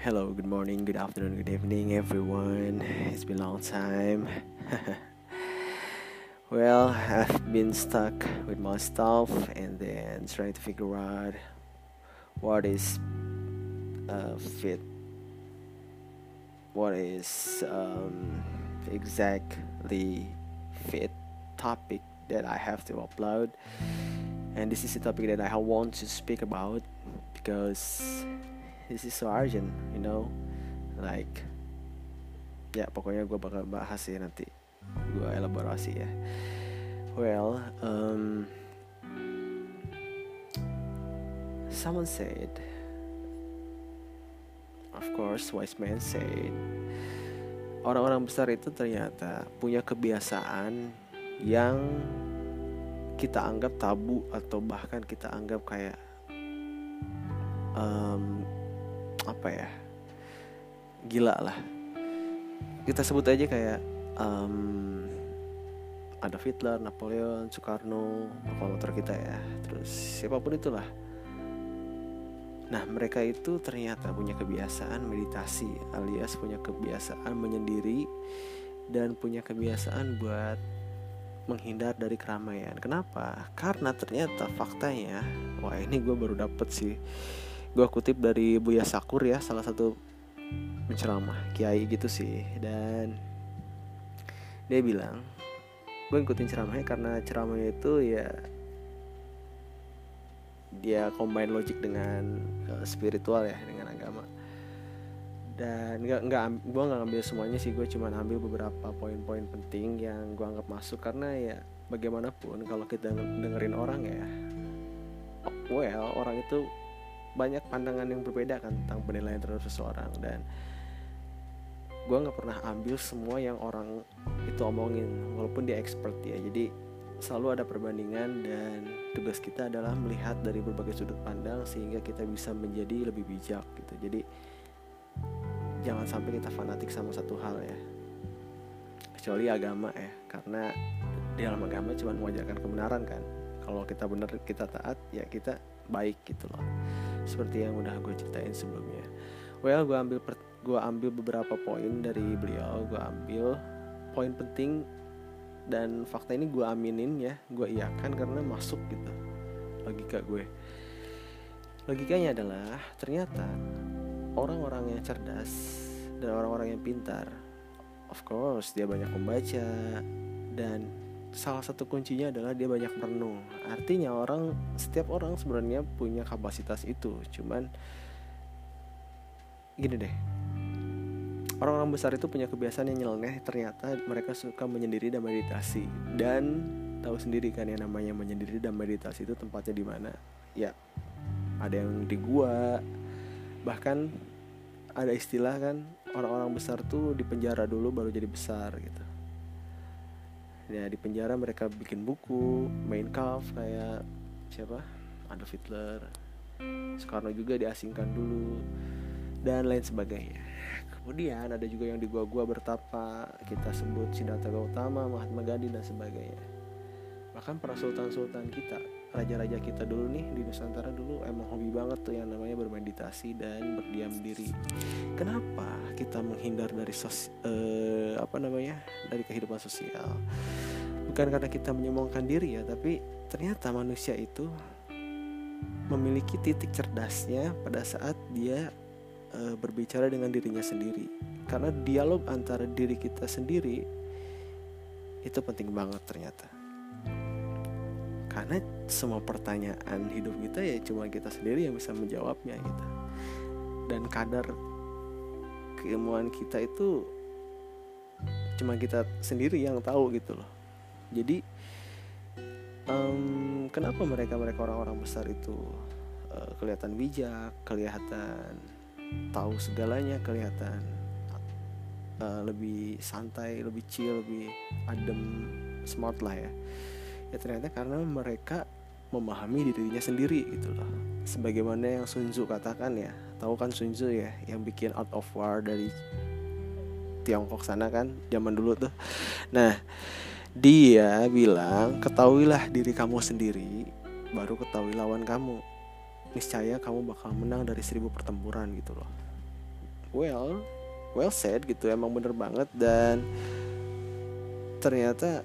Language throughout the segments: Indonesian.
Hello, good morning, good afternoon, good evening, everyone. It's been a long time. Well, I've been stuck with my stuff and then trying to figure out what is fit, what is exactly fit topic that I have to upload. And this is a topic that I want to speak about because this is so urgent, like ya pokoknya gue bakal bahas ya nanti, gue elaborasi ya. Well, someone said, of course, wise man said, orang-orang besar itu ternyata punya kebiasaan yang kita anggap tabu atau bahkan kita anggap kayak gila lah. Kita sebut aja kayak Adolf Hitler, Napoleon, Soekarno, motor kita ya, terus siapapun itulah. Nah, mereka itu ternyata punya kebiasaan meditasi, alias punya kebiasaan menyendiri dan punya kebiasaan buat menghindar dari keramaian. Kenapa? Karena ternyata faktanya, wah ini gue baru dapet sih. Gue kutip dari Buya Sakur ya, salah satu penceramah kiai gitu sih. Dan dia bilang, gue ngikutin ceramahnya karena ceramahnya itu ya dia combine logik dengan spiritual ya, dengan agama. Dan gue nggak ngambil semuanya sih, gue cuma ambil beberapa poin-poin penting yang gue anggap masuk. Karena ya bagaimanapun kalau kita dengerin orang ya, well, orang itu banyak pandangan yang berbeda kan tentang penilaian terhadap seseorang. Dan gue nggak pernah ambil semua yang orang itu omongin walaupun dia expert ya. Jadi selalu ada perbandingan dan tugas kita adalah melihat dari berbagai sudut pandang sehingga kita bisa menjadi lebih bijak gitu. Jadi jangan sampai kita fanatik sama satu hal ya, kecuali agama ya, karena di dalam agama cuma mengajarkan kebenaran kan. Kalau kita benar, kita taat, ya kita baik gitu loh, seperti yang udah gue ceritain sebelumnya. Well, gue ambil beberapa poin dari beliau, gue ambil poin penting dan fakta ini gue aminin ya, gue iyakan karena masuk gitu logika gue. Logikanya adalah ternyata orang-orang yang cerdas dan orang-orang yang pintar, of course dia banyak membaca, dan salah satu kuncinya adalah dia banyak merenung. Artinya setiap orang sebenarnya punya kapasitas itu. Cuman gini deh, orang-orang besar itu punya kebiasaan yang nyeleneh. Ternyata mereka suka menyendiri dan meditasi. Dan tahu sendiri kan yang namanya menyendiri dan meditasi itu tempatnya di mana? Ya, ada yang di gua. Bahkan ada istilah kan, orang-orang besar tuh di penjara dulu baru jadi besar gitu. Ya di penjara mereka bikin buku, Mein Kampf kayak siapa? Adolf Hitler, Soekarno juga diasingkan dulu dan lain sebagainya. Kemudian ada juga yang di gua-gua bertapa, kita sebut Siddhartha Gautama, Mahatma Gandhi dan sebagainya. Bahkan para sultan-sultan kita, raja-raja kita dulu nih di Nusantara dulu emang hobi banget tuh yang namanya bermeditasi dan berdiam diri. Kenapa kita menghindar dari dari kehidupan sosial? Bukan karena kita menyombongkan diri ya, tapi ternyata manusia itu memiliki titik cerdasnya pada saat dia berbicara dengan dirinya sendiri. Karena dialog antara diri kita sendiri itu penting banget ternyata. Karena semua pertanyaan hidup kita ya cuma kita sendiri yang bisa menjawabnya gitu. Dan kadar keilmuan kita itu cuma kita sendiri yang tahu gitu loh. Jadi kenapa mereka orang-orang besar itu kelihatan bijak, kelihatan tahu segalanya, kelihatan lebih santai, lebih chill, lebih adem, smart lah ya. Ya ternyata karena mereka memahami dirinya sendiri gitu loh. Sebagaimana yang Sun Tzu katakan ya, tahu kan Sun Tzu ya, yang bikin Art of War dari Tiongkok sana kan, zaman dulu tuh. Nah, dia bilang, ketahuilah diri kamu sendiri, baru ketahui lawan kamu. Niscaya kamu bakal menang dari 1000 pertempuran gitu loh. well said gitu, emang bener banget. Dan ternyata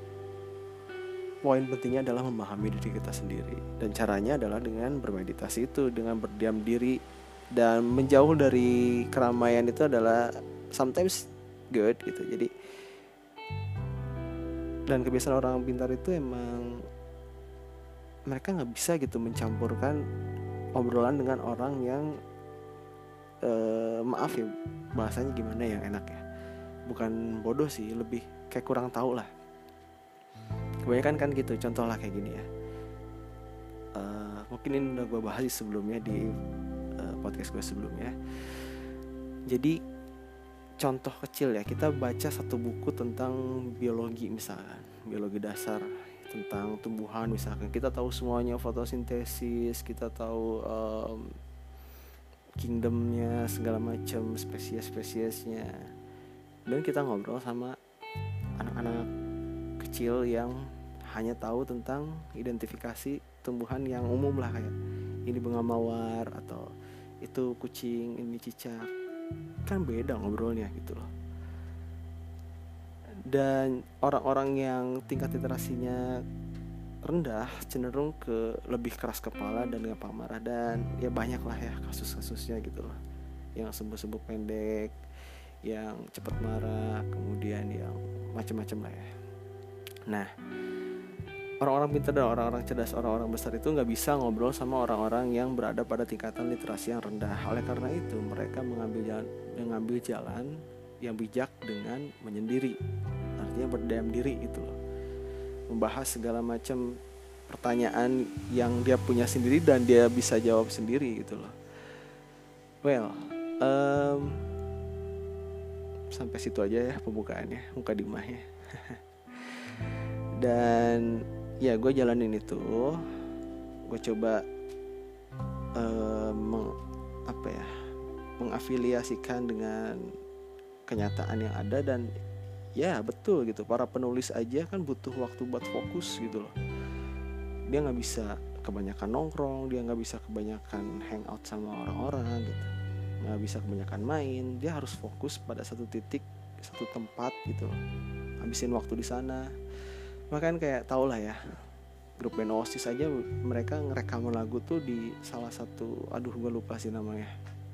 poin pentingnya adalah memahami diri kita sendiri, dan caranya adalah dengan bermeditasi itu, dengan berdiam diri dan menjauh dari keramaian. Itu adalah sometimes good gitu. Jadi, dan kebiasaan orang pintar itu emang mereka nggak bisa gitu mencampurkan obrolan dengan orang yang maaf ya bahasanya gimana yang enak ya, bukan bodoh sih, lebih kayak kurang tahu lah. Kebanyakan kan gitu. Contoh lah kayak gini ya, mungkin ini udah gue bahas sebelumnya di podcast gue sebelumnya. Jadi contoh kecil ya, kita baca satu buku tentang biologi misalkan, biologi dasar tentang tumbuhan misalkan. Kita tahu semuanya, fotosintesis, kita tahu kingdomnya, segala macam spesies-spesiesnya. Dan kita ngobrol sama anak-anak kecil yang hanya tahu tentang identifikasi tumbuhan yang umum lah, kayak ini bunga mawar atau itu kucing, ini cicak. Kan beda ngobrolnya gitu loh. Dan orang-orang yang tingkat literasinya rendah cenderung ke lebih keras kepala dan gampang marah. Dan ya banyak lah ya kasus-kasusnya gitu loh, yang sembuh-sembuh pendek, yang cepat marah, kemudian yang macam-macam lah ya. Nah, orang-orang pintar dan orang-orang cerdas, orang-orang besar itu gak bisa ngobrol sama orang-orang yang berada pada tingkatan literasi yang rendah. Oleh karena itu mereka mengambil jalan yang bijak dengan menyendiri, artinya berdiam diri gitu loh, membahas segala macam pertanyaan yang dia punya sendiri dan dia bisa jawab sendiri gitu loh. Sampai situ aja ya pembukaannya, mukadimahnya. Dan ya gue jalanin itu, gue coba mengafiliasikan dengan kenyataan yang ada. Dan ya betul gitu, para penulis aja kan butuh waktu buat fokus gitu loh. Dia gak bisa kebanyakan nongkrong, dia gak bisa kebanyakan hangout sama orang-orang gitu, gak bisa kebanyakan main. Dia harus fokus pada satu titik, satu tempat gitu loh, habisin waktu di sana. Makanya kayak tau lah ya, grup band Oasis aja mereka ngerekam lagu tuh di salah satu, aduh gue lupa sih namanya,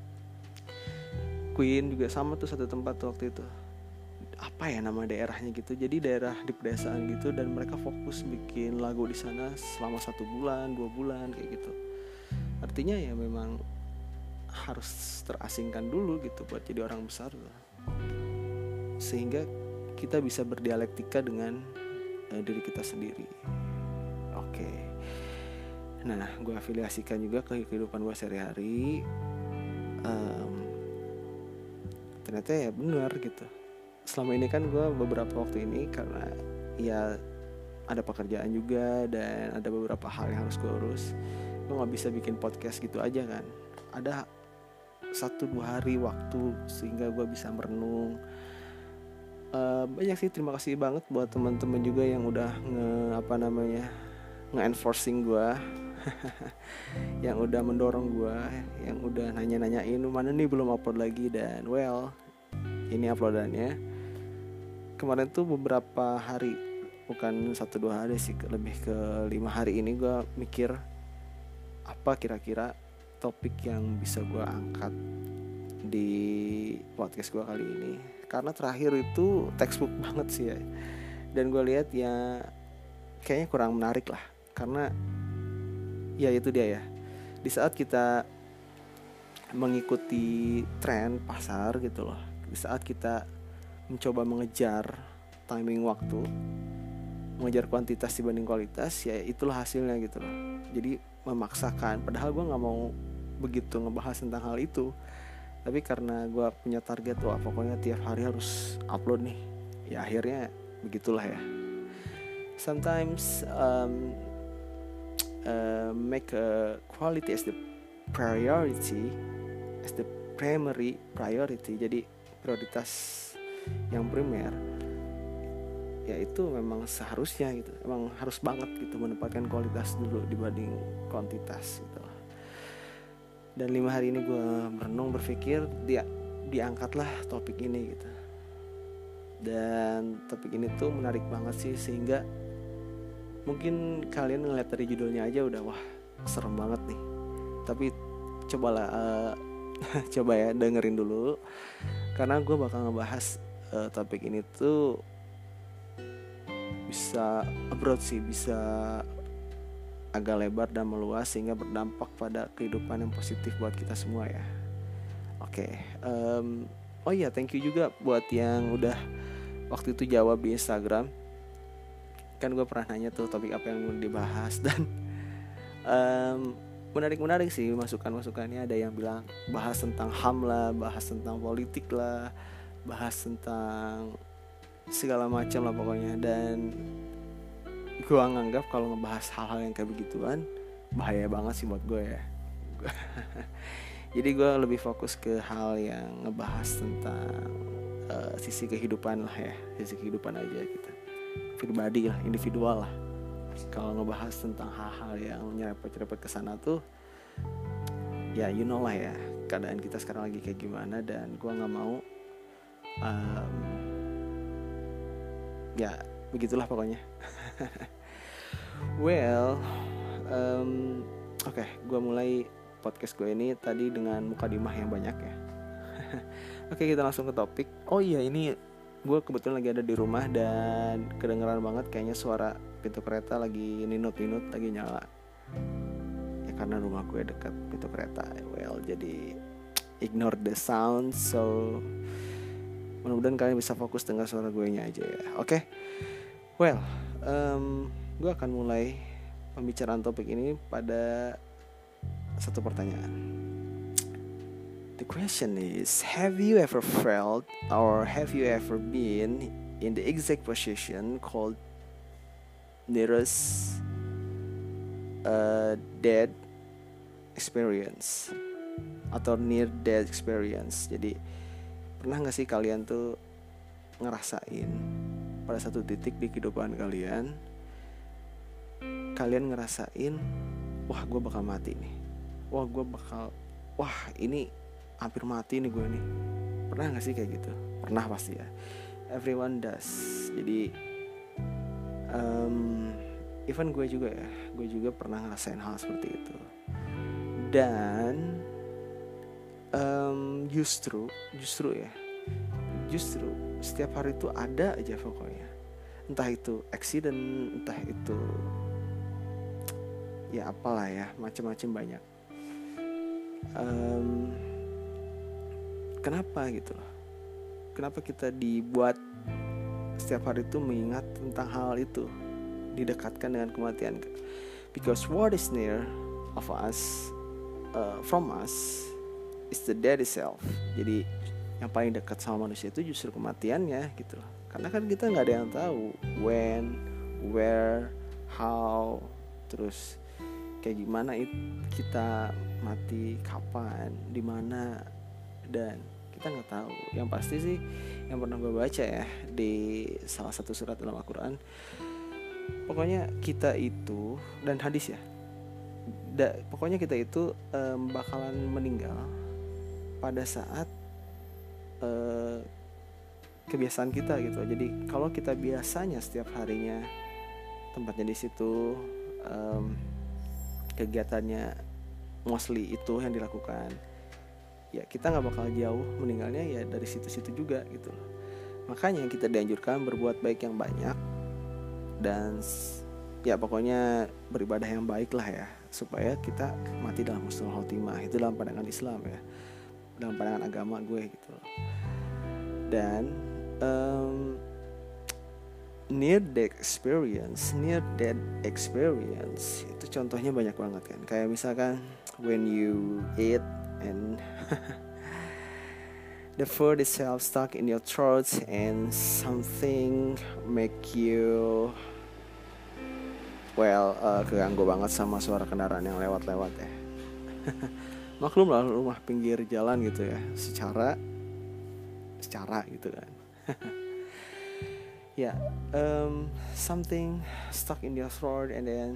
Queen juga sama tuh satu tempat tuh waktu itu, apa ya nama daerahnya gitu. Jadi daerah di pedesaan gitu, dan mereka fokus bikin lagu di sana selama 1 bulan 2 bulan kayak gitu. Artinya ya memang harus terasingkan dulu gitu buat jadi orang besar tuh, sehingga kita bisa berdialektika dengan diri kita sendiri. Oke. Nah, gue afiliasikan juga ke kehidupan gue sehari-hari. Ternyata ya benar gitu. Selama ini kan gue beberapa waktu ini, karena ya ada pekerjaan juga dan ada beberapa hal yang harus gue urus, gue gak bisa bikin podcast gitu aja kan. Ada 1-2 hari waktu sehingga gue bisa merenung. Banyak sih, terima kasih banget buat teman-teman juga yang udah nge-enforcing gue yang udah mendorong gue, yang udah nanya-nanyain mana nih belum upload lagi. Dan ini uploadannya kemarin tuh beberapa hari, bukan 1-2 hari sih, lebih ke 5 hari ini gue mikir apa kira-kira topik yang bisa gue angkat di podcast gue kali ini. Karena terakhir itu textbook banget sih ya, dan gue lihat ya kayaknya kurang menarik lah. Karena ya itu dia ya, di saat kita mengikuti tren pasar gitu loh, di saat kita mencoba mengejar timing waktu, mengejar kuantitas dibanding kualitas, ya itulah hasilnya gitu loh. Jadi memaksakan, padahal gue gak mau begitu ngebahas tentang hal itu, tapi karena gue punya target, wah pokoknya tiap hari harus upload nih, ya akhirnya begitulah ya. Sometimes make a quality as the priority, as the primary priority. Jadi prioritas yang primer ya itu memang seharusnya gitu, emang harus banget gitu menempatkan kualitas dulu dibanding kuantitas gitu. Dan 5 hari ini gue merenung, berpikir diangkatlah topik ini gitu. Dan topik ini tuh menarik banget sih, sehingga mungkin kalian ngeliat dari judulnya aja udah wah serem banget nih. Tapi cobalah coba ya dengerin dulu, karena gue bakal ngebahas topik ini tuh bisa abroad sih, bisa agak lebar dan meluas sehingga berdampak pada kehidupan yang positif buat kita semua ya. Oke, oh iya, thank you juga buat yang udah waktu itu jawab di Instagram. Kan gue pernah nanya tuh topik apa yang mau dibahas, dan menarik sih masukannya. Ada yang bilang bahas tentang HAM lah, bahas tentang politik lah, bahas tentang segala macam lah pokoknya. Dan gue nganggap kalau ngebahas hal-hal yang kayak begituan bahaya banget sih buat gue ya. Jadi gue lebih fokus ke hal yang ngebahas tentang sisi kehidupan lah ya, sisi kehidupan aja gitu, pribadi lah, individual lah. Kalau ngebahas tentang hal-hal yang nyerempet ke sana tuh ya you know lah ya, keadaan kita sekarang lagi kayak gimana. Dan gue nggak mau ya begitulah pokoknya. Well, oke, gue mulai podcast gue ini tadi dengan mukadimah yang banyak ya. Oke, kita langsung ke topik. Oh iya, ini gue kebetulan lagi ada di rumah dan kedengeran banget kayaknya suara pintu kereta lagi ninut-ninut, lagi nyala. Ya karena rumah gue dekat pintu kereta. Well, jadi ignore the sound. So mudah-mudahan kalian bisa fokus dengar suara gue nya aja ya. Oke. Well, gue akan mulai pembicaraan topik ini pada satu pertanyaan. The question is, have you ever felt or have you ever been in the exact position called nearest death experience atau near death experience? Jadi pernah gak sih kalian tuh ngerasain pada satu titik di kehidupan kalian ngerasain, wah gue bakal mati nih, wah ini hampir mati nih gue nih. Pernah gak sih kayak gitu? Pernah pasti ya, everyone does. Jadi even gue juga pernah ngerasain hal seperti itu. Dan justru setiap hari itu ada aja pokoknya, entah itu accident, entah itu ya apalah ya, macam-macam banyak. Kenapa gitu loh? Kenapa kita dibuat setiap hari itu mengingat tentang hal itu, didekatkan dengan kematian? Because what is near of us, from us, is the death itself. Jadi yang paling dekat sama manusia itu justru kematiannya gitu loh. Karena kan kita nggak ada yang tahu when, where, how, terus kayak gimana kita mati, kapan, di mana, dan kita nggak tahu. Yang pasti sih yang pernah gue baca ya di salah satu surat dalam Al-Quran, pokoknya kita itu, dan hadis ya, pokoknya kita itu bakalan meninggal pada saat kebiasaan kita gitu. Jadi kalau kita biasanya setiap harinya tempatnya di situ, kegiatannya mostly itu yang dilakukan, ya kita nggak bakal jauh meninggalnya ya dari situ-situ juga gitu. Makanya kita dianjurkan berbuat baik yang banyak dan ya pokoknya beribadah yang baik lah ya, supaya kita mati dalam husnul khotimah. Itu dalam pandangan Islam ya, dalam pandangan agama gue gitu. Dan near death experience itu contohnya banyak banget kan. Kayak misalkan when you eat and the food itself stuck in your throat and something make you keganggu banget sama suara kendaraan yang lewat-lewat ya. Maklum lah, rumah pinggir jalan gitu ya, secara gitu kan. Ya, something stuck in your throat and then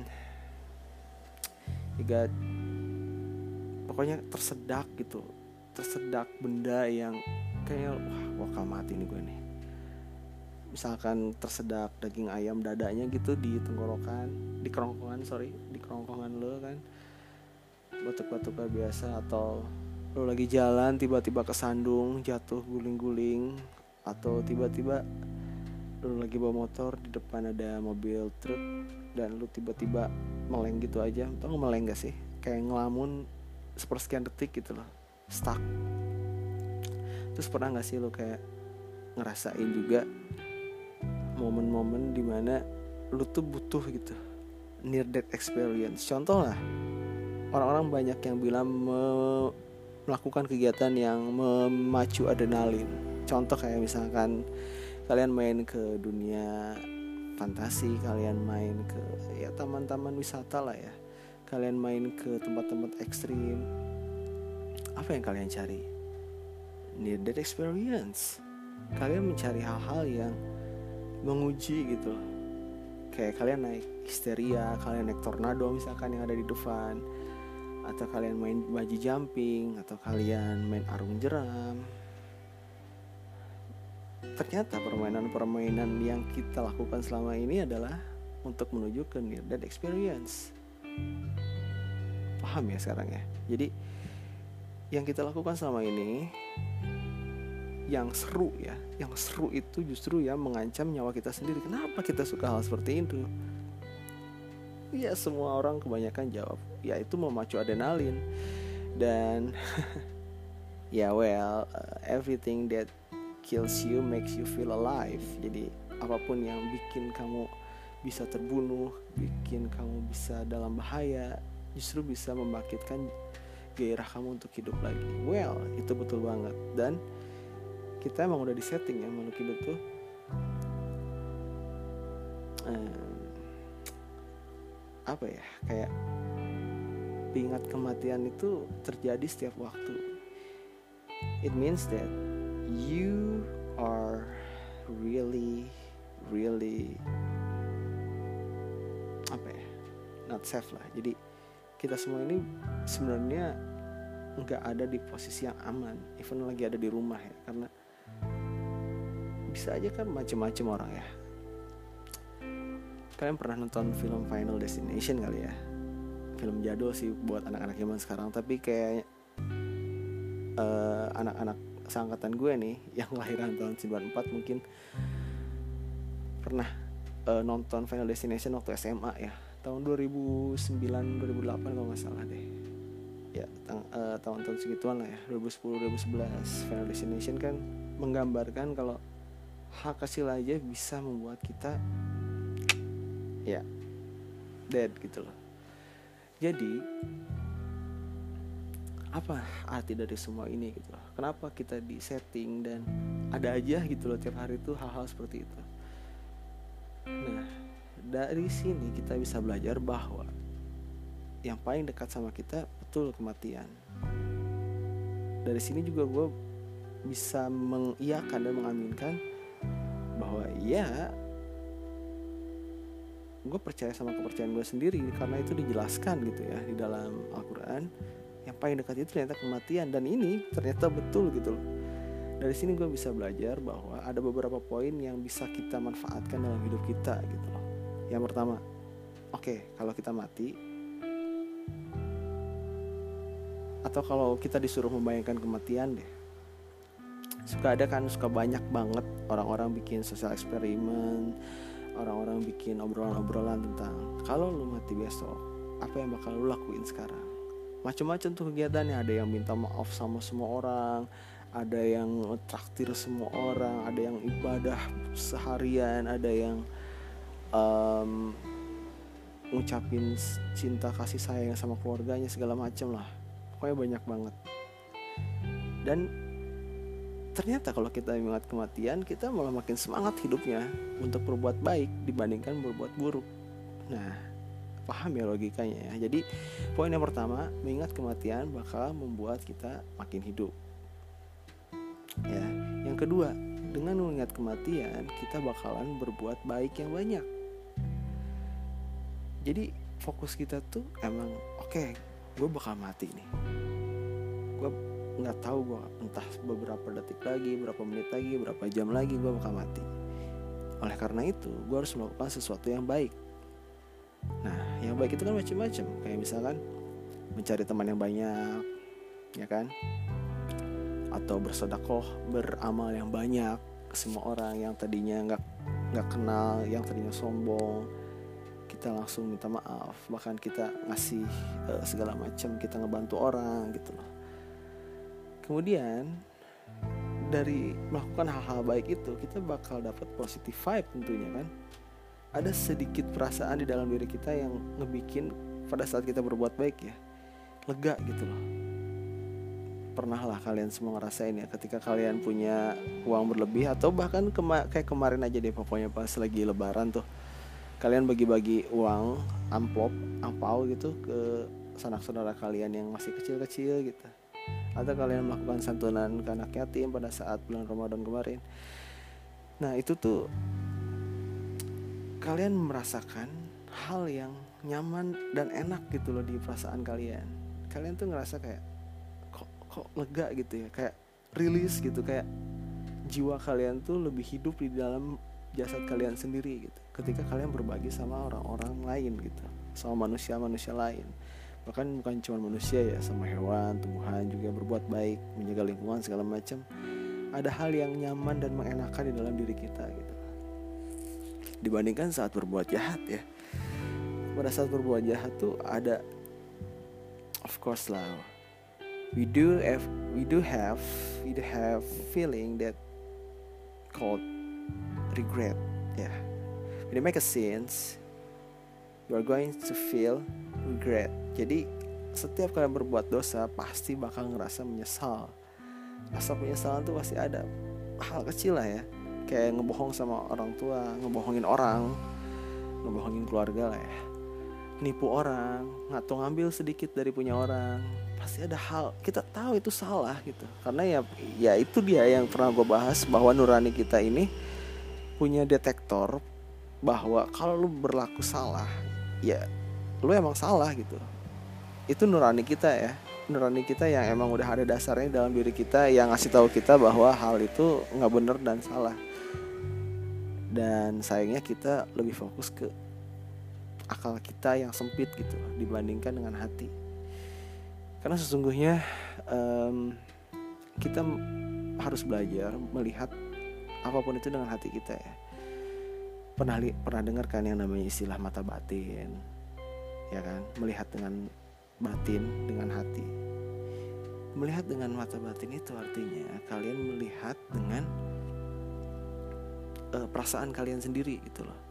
you pokoknya tersedak benda yang kayaknya wah bakal mati nih gue nih. Misalkan tersedak daging ayam dadanya gitu di di kerongkongan lo kan, batuk-batuk biasa, atau lo lagi jalan tiba-tiba kesandung jatuh guling-guling, atau tiba-tiba lo lagi bawa motor di depan ada mobil truk dan lo tiba-tiba meleng gitu aja. Tau nggak meleng gak sih? Kayak ngelamun sepersekian detik gitu loh, stuck. Terus pernah nggak sih lo kayak ngerasain juga momen-momen dimana lo tuh butuh gitu near death experience? Contoh lah, orang-orang banyak yang bilang melakukan kegiatan yang memacu adrenalin. Contoh kayak misalkan kalian main ke dunia fantasi, kalian main ke ya taman-taman wisata lah ya, kalian main ke tempat-tempat ekstrim. Apa yang kalian cari? Near death experience. Kalian mencari hal-hal yang menguji gitu. Kayak kalian naik histeria, kalian naik tornado misalkan yang ada di depan, atau kalian main bungee jumping, atau kalian main arung jeram. Ternyata permainan-permainan yang kita lakukan selama ini adalah untuk menuju ke near death experience. Paham ya sekarang ya? Jadi yang kita lakukan selama ini yang seru ya, yang seru itu justru yang mengancam nyawa kita sendiri. Kenapa kita suka hal seperti itu? Ya semua orang kebanyakan jawab ya itu memacu adrenalin. Dan everything that kills you makes you feel alive. Jadi apapun yang bikin kamu bisa terbunuh, bikin kamu bisa dalam bahaya, justru bisa membangkitkan gairah kamu untuk hidup lagi. Itu betul banget. Dan kita emang udah disetting ya, makhluk hidup tuh kayak ingat kematian itu terjadi setiap waktu. It means that you are really not safe lah. Jadi kita semua ini sebenarnya nggak ada di posisi yang aman, even lagi ada di rumah ya, karena bisa aja kan macem-macem orang ya. Kalian pernah nonton film Final Destination kali ya? Film jadul sih buat anak-anak zaman sekarang, tapi kayak anak-anak seangkatan gue nih yang lahiran tahun 94 mungkin pernah nonton Final Destination waktu SMA ya, tahun 2009-2008 kalau nggak salah deh ya, tahun-tahun segituan lah ya, 2010-2011. Final Destination kan menggambarkan kalau hal kecil aja bisa membuat kita ya dead gitu loh. Jadi apa arti dari semua ini gitu loh? Kenapa kita di setting dan ada aja gitu loh tiap hari itu hal-hal seperti itu. Nah dari sini kita bisa belajar bahwa yang paling dekat sama kita betul kematian. Dari sini juga gue bisa mengiyakan dan mengaminkan bahwa ya gue percaya sama kepercayaan gue sendiri, karena itu dijelaskan gitu ya di dalam Al-Quran. Yang paling dekat itu ternyata kematian, dan ini ternyata betul gitu loh. Dari sini gue bisa belajar bahwa ada beberapa poin yang bisa kita manfaatkan dalam hidup kita gitu loh. Yang pertama, kalau kita mati, atau kalau kita disuruh membayangkan kematian deh, suka banyak banget orang-orang bikin sosial eksperimen, orang-orang bikin obrolan-obrolan tentang kalau lu mati besok, apa yang bakal lu lakuin sekarang. Macam-macam tuh kegiatannya. Ada yang minta maaf sama semua orang, ada yang traktir semua orang, ada yang ibadah seharian, ada yang ngucapin cinta kasih sayang sama keluarganya, segala macam lah. Pokoknya banyak banget. Dan ternyata kalau kita mengingat kematian, kita malah makin semangat hidupnya untuk berbuat baik dibandingkan berbuat buruk. Nah, paham ya logikanya ya. Jadi poin yang pertama, mengingat kematian bakal membuat kita makin hidup. Ya, yang kedua, dengan mengingat kematian kita bakalan berbuat baik yang banyak. Jadi fokus kita tuh emang gue bakal mati nih. Gue nggak tahu gue entah beberapa detik lagi, berapa menit lagi, berapa jam lagi gue bakal mati. Oleh karena itu gue harus melakukan sesuatu yang baik. Nah yang baik itu kan macam-macam, kayak misalkan mencari teman yang banyak, ya kan, atau bersedekah, beramal yang banyak ke semua orang yang tadinya nggak kenal, yang tadinya sombong, kita langsung minta maaf, bahkan kita ngasih segala macam, kita ngebantu orang gitu loh. Kemudian dari melakukan hal-hal baik itu kita bakal dapat positive vibe tentunya kan. Ada sedikit perasaan di dalam diri kita yang ngebikin pada saat kita berbuat baik ya, lega gitu loh. Pernah lah kalian semua ngerasain ya, ketika kalian punya uang berlebih, atau bahkan kayak kemarin aja deh pokoknya pas lagi lebaran tuh, kalian bagi-bagi uang ampau gitu ke sanak saudara kalian yang masih kecil-kecil gitu, atau kalian melakukan santunan ke anak yatim pada saat bulan Ramadan kemarin. Nah itu tuh kalian merasakan hal yang nyaman dan enak gitu loh di perasaan kalian. Kalian tuh ngerasa kayak kok lega gitu ya, kayak rilis gitu, kayak jiwa kalian tuh lebih hidup di dalam jasad kalian sendiri gitu, ketika kalian berbagi sama orang-orang lain gitu, sama manusia-manusia lain. Bahkan bukan cuma manusia ya, sama hewan, tumbuhan juga berbuat baik, menjaga lingkungan segala macam. Ada hal yang nyaman dan mengenakan di dalam diri kita gitu, dibandingkan saat berbuat jahat ya. Pada saat berbuat jahat tuh ada, of course lah, we do have feeling that called regret ya. When you make a sins, you are going to feel regret. Jadi setiap kalian berbuat dosa pasti bakal ngerasa menyesal. Rasa penyesalan tuh pasti ada. Hal kecil lah ya, kayak ngebohong sama orang tua, ngebohongin orang, ngebohongin keluarga lah ya, nipu orang, atau ngambil sedikit dari punya orang. Pasti ada hal kita tahu itu salah gitu. Karena ya itu dia yang pernah gue bahas, bahwa nurani kita ini punya detektor bahwa kalau lu berlaku salah, ya lu emang salah gitu. Itu nurani kita ya, nurani kita yang emang udah ada dasarnya dalam diri kita, yang ngasih tahu kita bahwa hal itu nggak benar dan salah. Dan sayangnya kita lebih fokus ke akal kita yang sempit gitu dibandingkan dengan hati. Karena sesungguhnya kita harus belajar melihat apapun itu dengan hati kita ya. Pernah dengar kan yang namanya istilah mata batin, ya kan? Melihat dengan batin, dengan hati. Melihat dengan mata batin itu artinya kalian melihat dengan perasaan kalian sendiri gitu loh.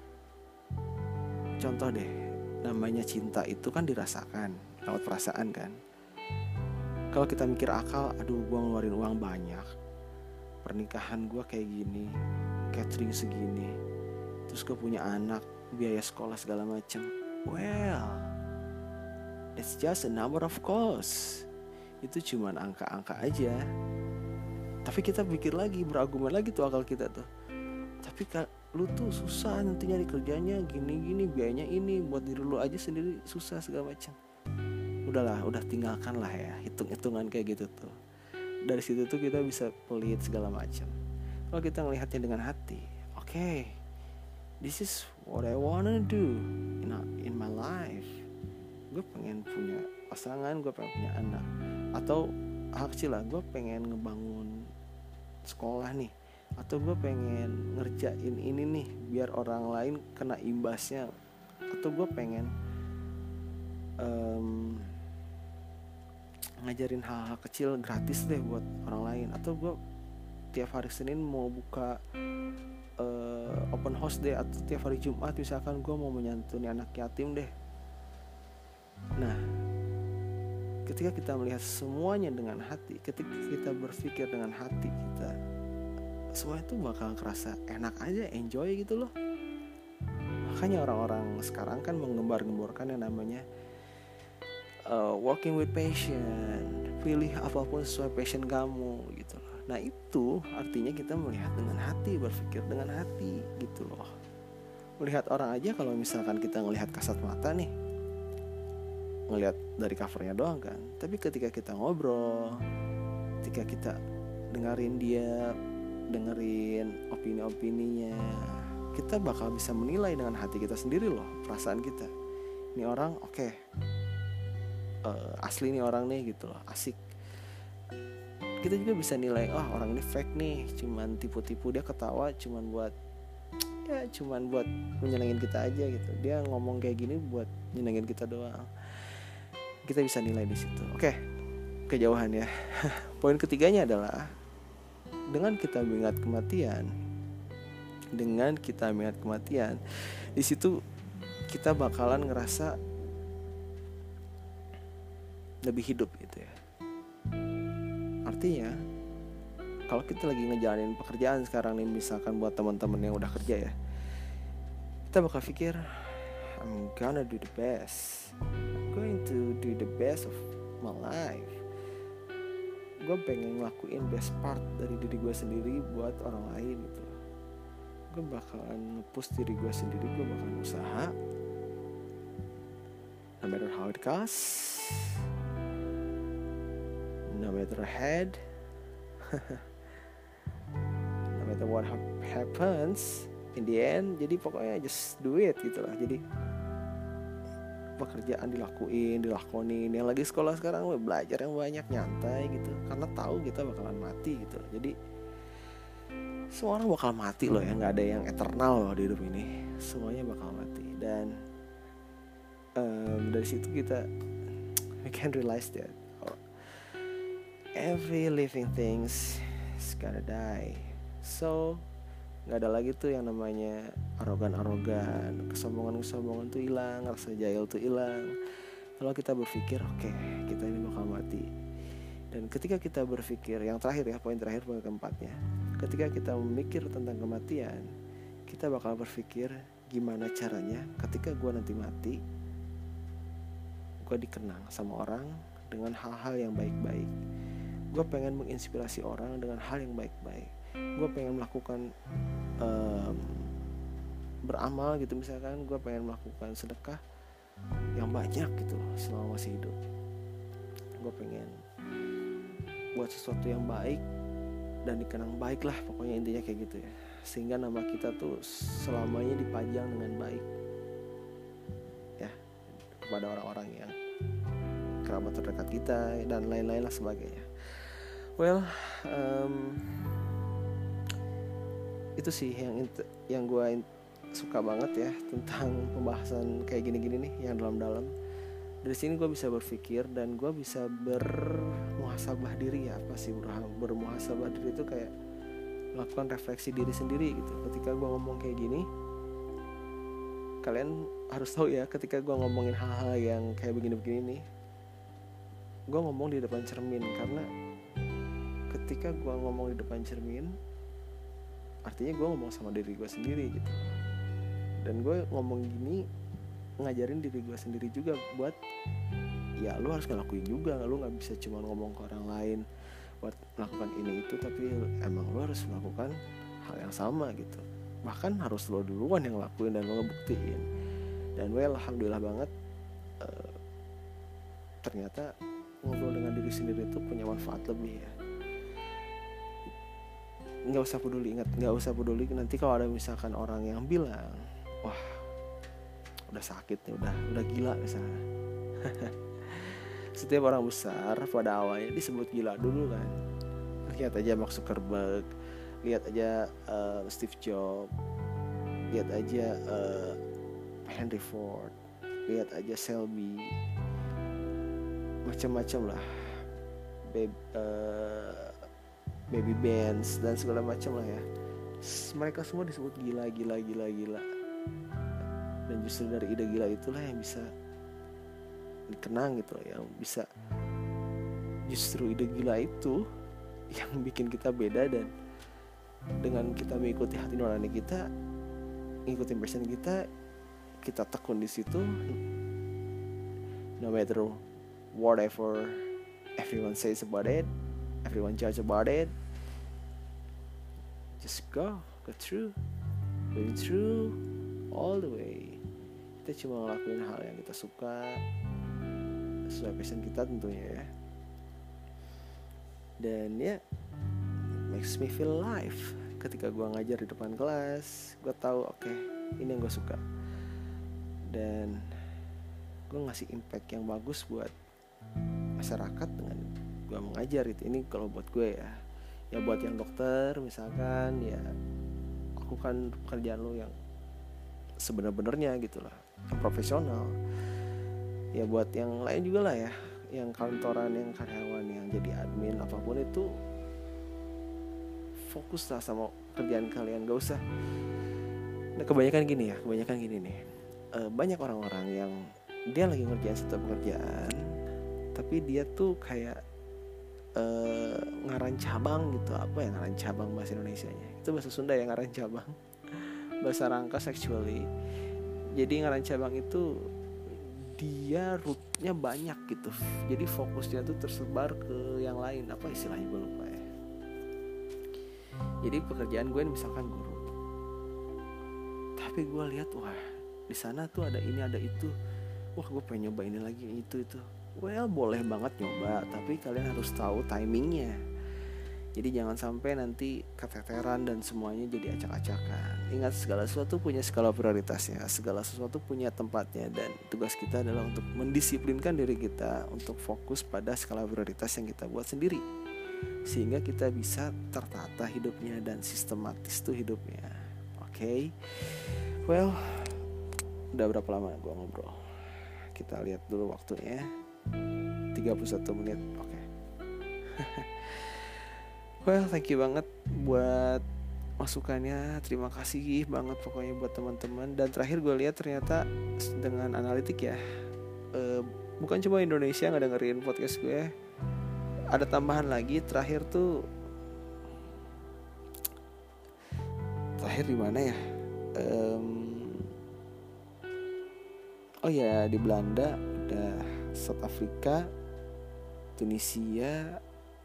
Contoh deh, namanya cinta itu kan dirasakan lewat perasaan kan. Kalau kita mikir akal, aduh gue ngeluarin uang banyak, pernikahan gue kayak gini, catering segini, terus gue punya anak, biaya sekolah segala macem. Well, it's just a number of cost. Itu cuman angka-angka aja. Tapi kita pikir lagi, berargumen lagi tuh akal kita tuh. Tapi lu tuh susah nanti nyari kerjanya, gini-gini, biayanya ini, buat diri lu aja sendiri susah segala macam. Udahlah, udah tinggalkan lah ya, hitung-hitungan kayak gitu tuh. Dari situ tuh kita bisa pelit segala macam. Kalau kita ngelihatnya dengan hati, okay, this is what I wanna do in my life. Gue pengen punya pasangan, gue pengen punya anak, atau hal kecil lah, gue pengen ngebangun sekolah nih, atau gue pengen ngerjain ini nih biar orang lain kena imbasnya, atau gue pengen ngajarin hal-hal kecil gratis deh buat orang lain, atau gue tiap hari Senin mau buka open house deh, atau tiap hari Jumat misalkan gue mau menyantuni anak yatim deh. Nah, ketika kita melihat semuanya dengan hati, ketika kita berpikir dengan hati kita, semua itu bakal kerasa enak aja, enjoy gitu loh. Makanya orang-orang sekarang kan menggembar-gemborkan yang namanya working with passion, pilih apapun sesuai passion kamu gitu loh. Nah itu artinya kita melihat dengan hati, berpikir dengan hati gitu loh. Melihat orang aja, kalau misalkan kita ngelihat kasat mata nih, ngelihat dari covernya doang kan. Tapi ketika kita ngobrol, ketika kita dengerin dia, dengerin opini-opininya, kita bakal bisa menilai dengan hati kita sendiri loh, perasaan kita. Ini orang oke, asli nih orang nih gitu loh, asik. Kita juga bisa nilai, orang ini fake nih, cuman tipu-tipu, dia ketawa cuman buat menyenangin kita aja gitu. Dia ngomong kayak gini buat nyenengin kita doang. Kita bisa nilai di situ. Oke, kejauhan ya. Poin ketiganya adalah dengan kita mengingat kematian, di situ kita bakalan ngerasa lebih hidup gitu ya. Artinya kalau kita lagi ngejalanin pekerjaan sekarang nih, misalkan buat teman-teman yang udah kerja ya, kita bakal pikir I'm gonna do the best, I'm going to do the best of my life. Gue pengen ngelakuin best part dari diri gue sendiri buat orang lain gitu. Gue bakalan nge-push diri gue sendiri, gue bakalan usaha no matter how it costs, no matter ahead, no matter what happens in the end. Jadi pokoknya just do it gitu lah. Jadi pekerjaan dilakonin. Yang lagi sekolah sekarang belajar yang banyak, nyantai gitu, karena tahu kita bakalan mati gitu. Jadi semua orang bakal mati loh ya, nggak ada yang eternal loh di hidup ini, semuanya bakal mati. Dan dari situ we can realize that every living things is gonna die. So nggak ada lagi tuh yang namanya arogan, kesombongan tuh hilang, rasa jahil tuh hilang. Kalau kita berpikir oke, kita ini bakal mati. Dan ketika kita berpikir, yang terakhir ya, poin keempatnya, ketika kita memikir tentang kematian, kita bakal berpikir gimana caranya ketika gue nanti mati, gue dikenang sama orang dengan hal-hal yang baik-baik. Gue pengen menginspirasi orang dengan hal yang baik-baik. Gue pengen melakukan beramal gitu, misalkan gue pengen melakukan sedekah yang banyak gitu loh selama masih hidup. Gue pengen buat sesuatu yang baik dan dikenang baik lah, pokoknya intinya kayak gitu ya, sehingga nama kita tuh selamanya dipajang dengan baik ya kepada orang-orang yang kerabat terdekat kita dan lain-lain lah sebagainya. Itu sih yang gue suka banget ya tentang pembahasan kayak gini-gini nih yang dalam-dalam. Dari sini gue bisa berpikir dan gue bisa bermuhasabah diri ya. Apa sih bermuhasabah diri itu kayak melakukan refleksi diri sendiri gitu. Ketika gue ngomong kayak gini, kalian harus tahu ya, ketika gue ngomongin hal-hal yang kayak begini-begini nih, gue ngomong di depan cermin. Karena ketika gue ngomong di depan cermin, artinya gue ngomong sama diri gue sendiri gitu. Dan gue ngomong gini ngajarin diri gue sendiri juga buat ya lu harus ngelakuin juga. Lu gak bisa cuma ngomong ke orang lain buat melakukan ini itu, tapi emang lu harus melakukan hal yang sama gitu. Bahkan harus lu duluan yang ngelakuin dan lu ngebuktiin. Dan alhamdulillah banget ternyata ngobrol dengan diri sendiri itu punya manfaat lebih ya. Nggak usah peduli nanti kalau ada misalkan orang yang bilang, wah udah sakit nih, udah gila misalnya. Setiap orang besar pada awalnya disebut gila dulu kan. Lihat aja Mark Zuckerberg, lihat aja Steve Jobs, lihat aja Henry Ford, lihat aja Shelby, macam-macam lah, Baby Benz dan segala macam lah ya. Mereka semua disebut gila. Dan justru dari ide gila itulah yang bisa dikenang gitu loh, yang bisa, justru ide gila itu yang bikin kita beda. Dan dengan kita mengikuti hati nurani kita, ngikutin passion kita tekun di situ, no matter whatever everyone says about it, everyone judge about it, just go through, going through all the way. Kita cuma ngelakuin hal yang kita suka sesuai passion kita tentunya ya. Dan ya makes me feel alive. Ketika gue ngajar di depan kelas, gue tahu oke, ini yang gue suka. Dan gue ngasih impact yang bagus buat masyarakat dengan gue mengajar itu. Ini kalau buat gue ya. Ya buat yang dokter misalkan, ya aku kan pekerjaan lo yang sebenar-benarnya gitu lah, yang profesional. Ya buat yang lain juga lah ya, yang kantoran, yang karyawan, yang jadi admin, apapun itu, fokus lah sama kerjaan kalian, gak usah. Nah kebanyakan gini nih, banyak orang-orang yang dia lagi ngerjain satu pekerjaan, tapi dia tuh kayak ngaran cabang gitu. Apa ya ngaran cabang bahasa Indonesianya? Itu bahasa Sunda ya, ngaran cabang. Bahasa Rangkas actually. Jadi ngaran cabang itu dia rootnya banyak gitu. Jadi fokusnya tuh tersebar ke yang lain. Apa istilahnya gue lupa ya. Jadi pekerjaan gue misalkan guru, tapi gue lihat wah di sana tuh ada ini ada itu, wah gue pengen nyoba ini lagi itu. Well boleh banget nyoba, tapi kalian harus tahu timingnya. Jadi jangan sampai nanti keteteran dan semuanya jadi acak-acakan. Ingat segala sesuatu punya skala prioritasnya, segala sesuatu punya tempatnya, dan tugas kita adalah untuk mendisiplinkan diri kita untuk fokus pada skala prioritas yang kita buat sendiri, sehingga kita bisa tertata hidupnya dan sistematis tuh hidupnya. Oke. Well, udah berapa lama gue ngobrol? Kita lihat dulu waktunya. 31 menit. Oke. Well, thank you banget buat masukannya. Terima kasih banget pokoknya buat teman-teman. Dan terakhir gue lihat ternyata dengan analitik ya, bukan cuma Indonesia nggak dengerin podcast gue, ada tambahan lagi. Terakhir di mana ya? Oh ya, di Belanda, udah South Africa, Tunisia,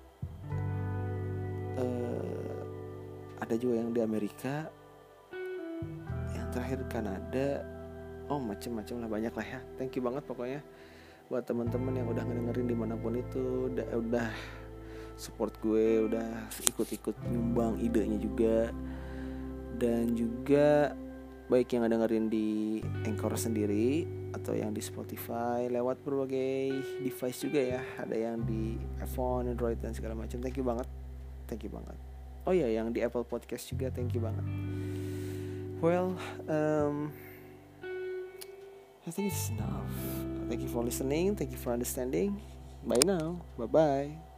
ada juga yang di Amerika, yang terakhir Kanada. Oh macam-macam lah, banyak lah ya. Thank you banget pokoknya buat teman-teman yang udah ngedengerin dimanapun itu, udah support gue, udah ikut-ikut nyumbang idenya juga. Dan juga baik yang dengerin di Anchor sendiri atau yang di Spotify lewat berbagai device juga ya. Ada yang di iPhone, Android dan segala macam. Thank you banget. Oh ya, yang di Apple Podcast juga thank you banget. Well, I think it's enough. Thank you for listening. Thank you for understanding. Bye now. Bye-bye.